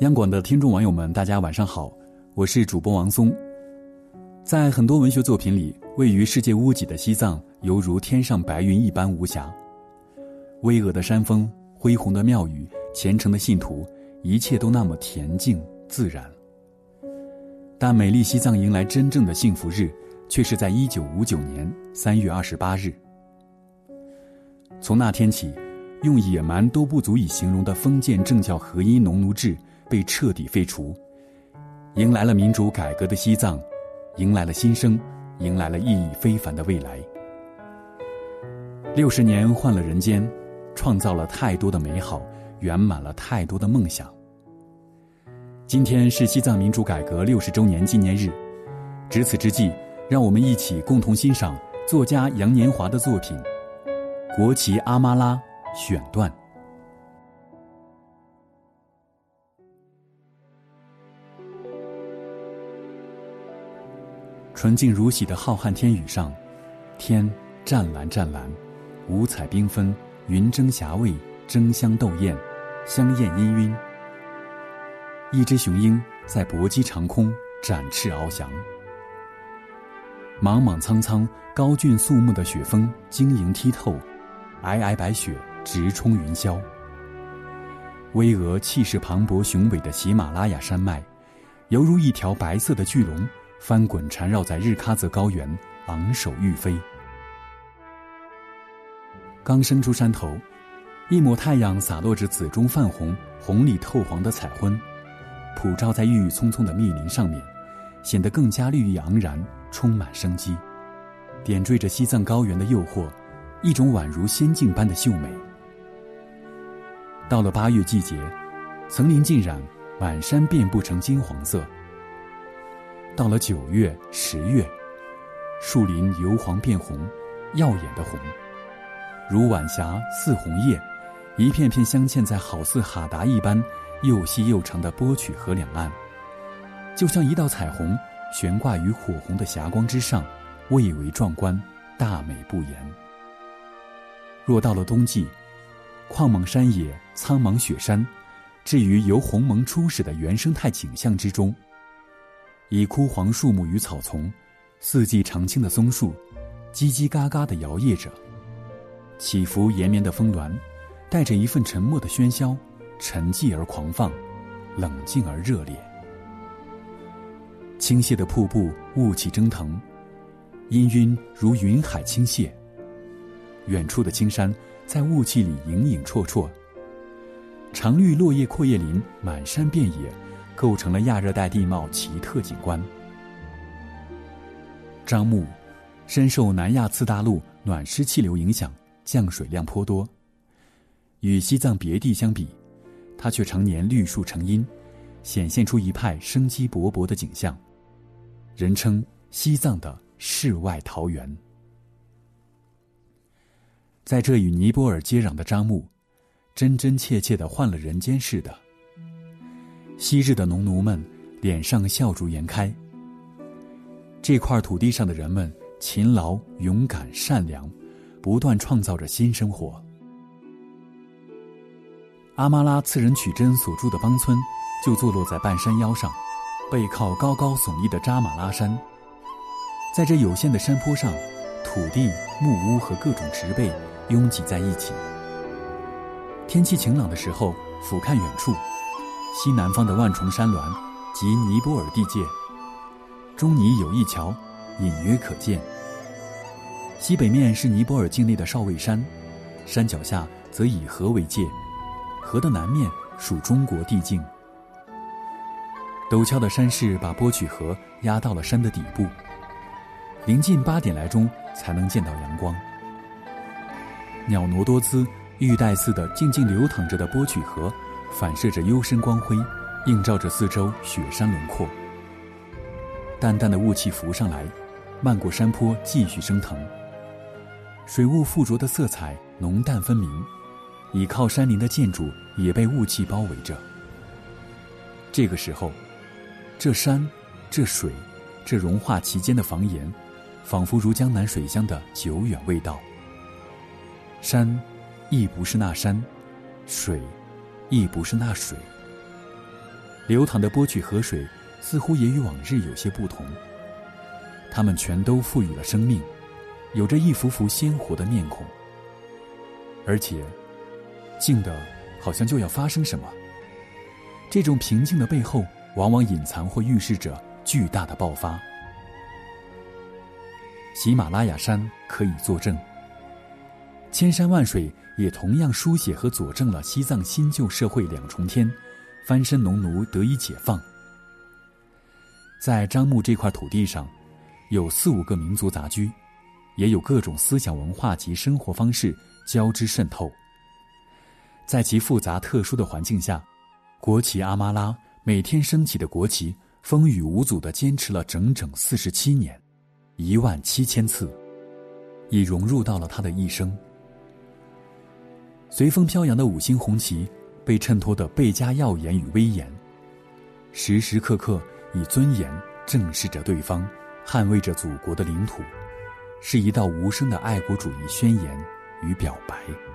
央广的听众网友们，大家晚上好，我是主播王松。在很多文学作品里，位于世界屋脊的西藏犹如天上白云一般无瑕。巍峨的山峰，恢宏的庙宇，虔诚的信徒，一切都那么恬静自然。但美丽西藏迎来真正的幸福日，却是在1959年3月28日。从那天起，用野蛮都不足以形容的封建政教合一农奴制被彻底废除，迎来了民主改革的西藏，迎来了新生，迎来了意义非凡的未来。60年换了人间，创造了太多的美好，圆满了太多的梦想。今天是西藏民主改革60周年纪念日，值此之际，让我们一起共同欣赏作家杨年华的作品《国旗阿妈拉》选段。纯净如洗的浩瀚天宇上，天湛蓝湛蓝，五彩缤纷，云蒸霞蔚，争香斗艳，香艳氤氲。一只雄鹰在搏击长空，展翅翱翔。莽莽苍苍，高峻肃穆的雪峰晶莹剔透，皑皑白雪直冲云霄。巍峨气势磅礴雄伟的喜马拉雅山脉，犹如一条白色的巨龙，翻滚缠绕在日喀则高原，昂首欲飞。刚升出山头，一抹太阳洒落着紫中泛红，红里透黄的彩昏，普照在郁郁葱葱的密林上面，显得更加绿意盎然，充满生机，点缀着西藏高原的诱惑，一种宛如仙境般的秀美。到了8月季节，层林尽染，满山遍布成金黄色。到了9月、10月，树林由黄变红，耀眼的红，如晚霞似红叶，一片片镶嵌在好似哈达一般又细又长的波曲河两岸，就像一道彩虹悬挂于火红的霞光之上，蔚为壮观，大美不言。若到了冬季，旷茫山野，苍茫雪山，置于由鸿蒙初始的原生态景象之中，以枯黄树木与草丛，四季常青的松树叽叽嘎嘎地摇曳着，起伏延绵的峰峦带着一份沉默的喧嚣，沉寂而狂放，冷静而热烈。倾泻的瀑布雾气蒸腾，氤氲如云海倾泻。远处的青山在雾气里影影绰绰，常绿落叶阔叶林满山遍野，构成了亚热带地貌奇特景观。樟木深受南亚次大陆暖湿气流影响，降水量颇多。与西藏别地相比，它却常年绿树成荫，显现出一派生机勃勃的景象，人称西藏的世外桃源。在这与尼泊尔接壤的樟木，真真切切地换了人间似的。昔日的农奴们脸上笑逐颜开，这块土地上的人们勤劳、勇敢、善良，不断创造着新生活。阿妈拉次仁曲真所住的邦村就坐落在半山腰上，背靠高高耸立的扎马拉山。在这有限的山坡上，土地、木屋和各种植被拥挤在一起。天气晴朗的时候，俯瞰远处，西南方的万重山峦及尼泊尔地界，中尼有一桥隐约可见。西北面是尼泊尔境内的少尉山，山脚下则以河为界，河的南面属中国地境。陡峭的山势把波曲河压到了山的底部，临近8点来钟才能见到阳光。袅娜多姿，玉带似的静静流淌着的波曲河，反射着幽深光辉，映照着四周雪山轮廓。淡淡的雾气浮上来，漫过山坡继续升腾。水雾附着的色彩浓淡分明，倚靠山林的建筑也被雾气包围着。这个时候，这山、这水、这融化其间的房檐，仿佛如江南水乡的久远味道。山亦不是那山，水亦不是那水， 流淌的波曲河水似乎也与往日有些不同，它们全都赋予了生命，有着一幅幅鲜活的面孔，而且静的好像就要发生什么。这种平静的背后往往隐藏或预示着巨大的爆发。喜马拉雅山可以作证，千山万水也同样书写和佐证了西藏新旧社会两重天，翻身农奴得以解放。在樟木这块土地上，有4-5个民族杂居，也有各种思想文化及生活方式交织渗透。在其复杂特殊的环境下，国旗阿妈拉每天升起的国旗风雨无阻地坚持了整整47年，17000次，已融入到了他的一生。随风飘扬的5星红旗被衬托得倍加耀眼与威严，时时刻刻以尊严正视着对方，捍卫着祖国的领土，是一道无声的爱国主义宣言与表白。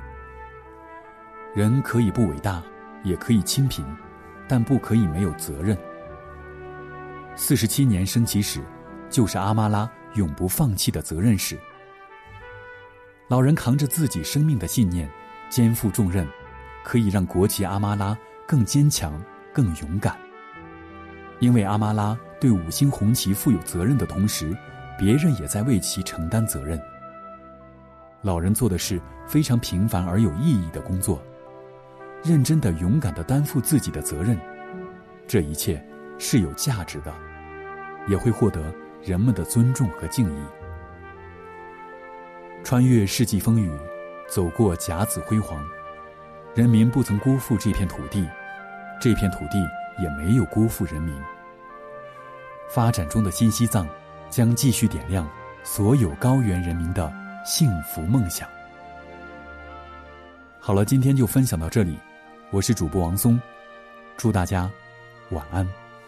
人可以不伟大，也可以清贫，但不可以没有责任。47年升旗史，就是阿妈拉永不放弃的责任史。老人扛着自己生命的信念，肩负重任，可以让国旗阿妈拉更坚强、更勇敢。因为阿妈拉对5星红旗负有责任的同时，别人也在为其承担责任。老人做的是非常平凡而有意义的工作，认真地、勇敢地担负自己的责任，这一切是有价值的，也会获得人们的尊重和敬意。穿越世纪风雨，走过甲子辉煌，人民不曾辜负这片土地，这片土地也没有辜负人民。发展中的新西藏将继续点亮所有高原人民的幸福梦想。好了，今天就分享到这里，我是主播王松，祝大家晚安。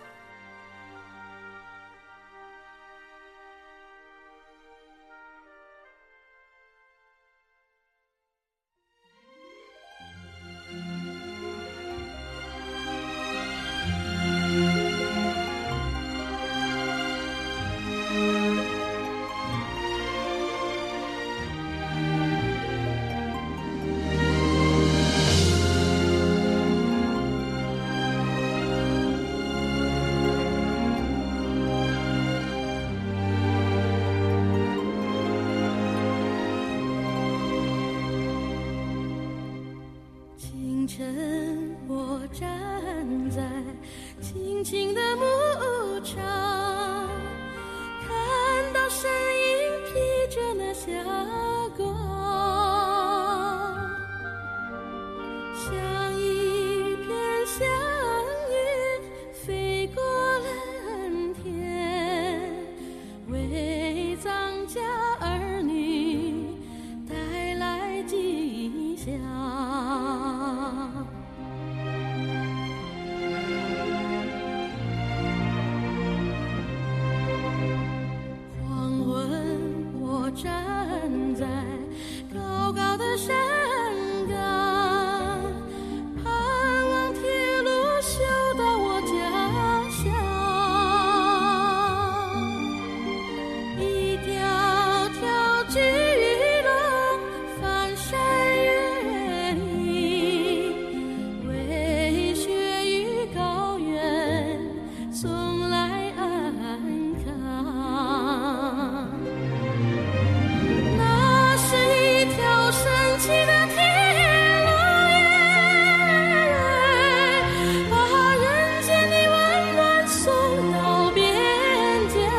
我站在青青的牧场，看到身影披着那霞光，像一片祥云飞过蓝天，为藏家儿女带来吉祥。站在高高的山岗，盼望铁路修到我家乡。一条条巨龙翻山越岭，为雪与高原送来安康。神奇的铁路把人间的温暖送到边疆。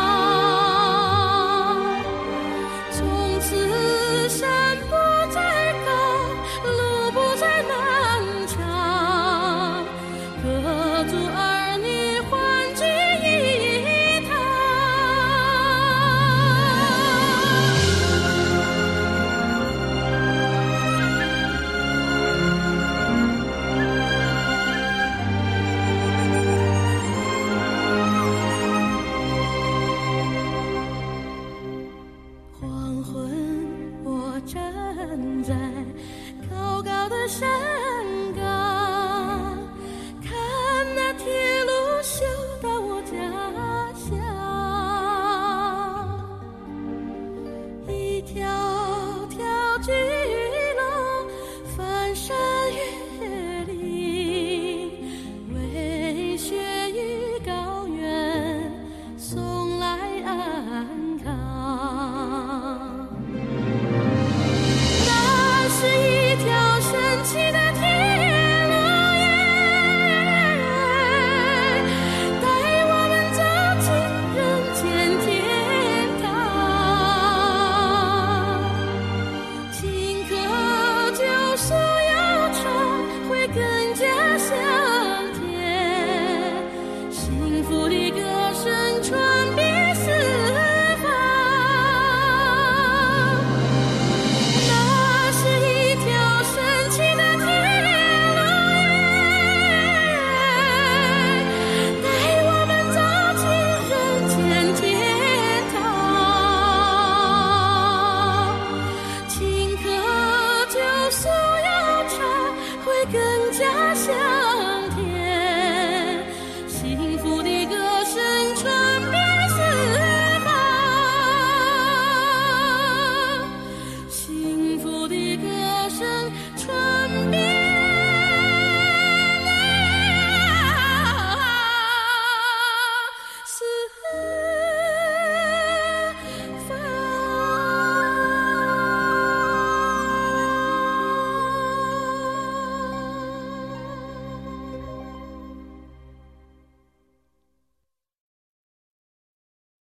从此山不再高，路不再漫长，各族儿女欢聚一堂。站在高高的山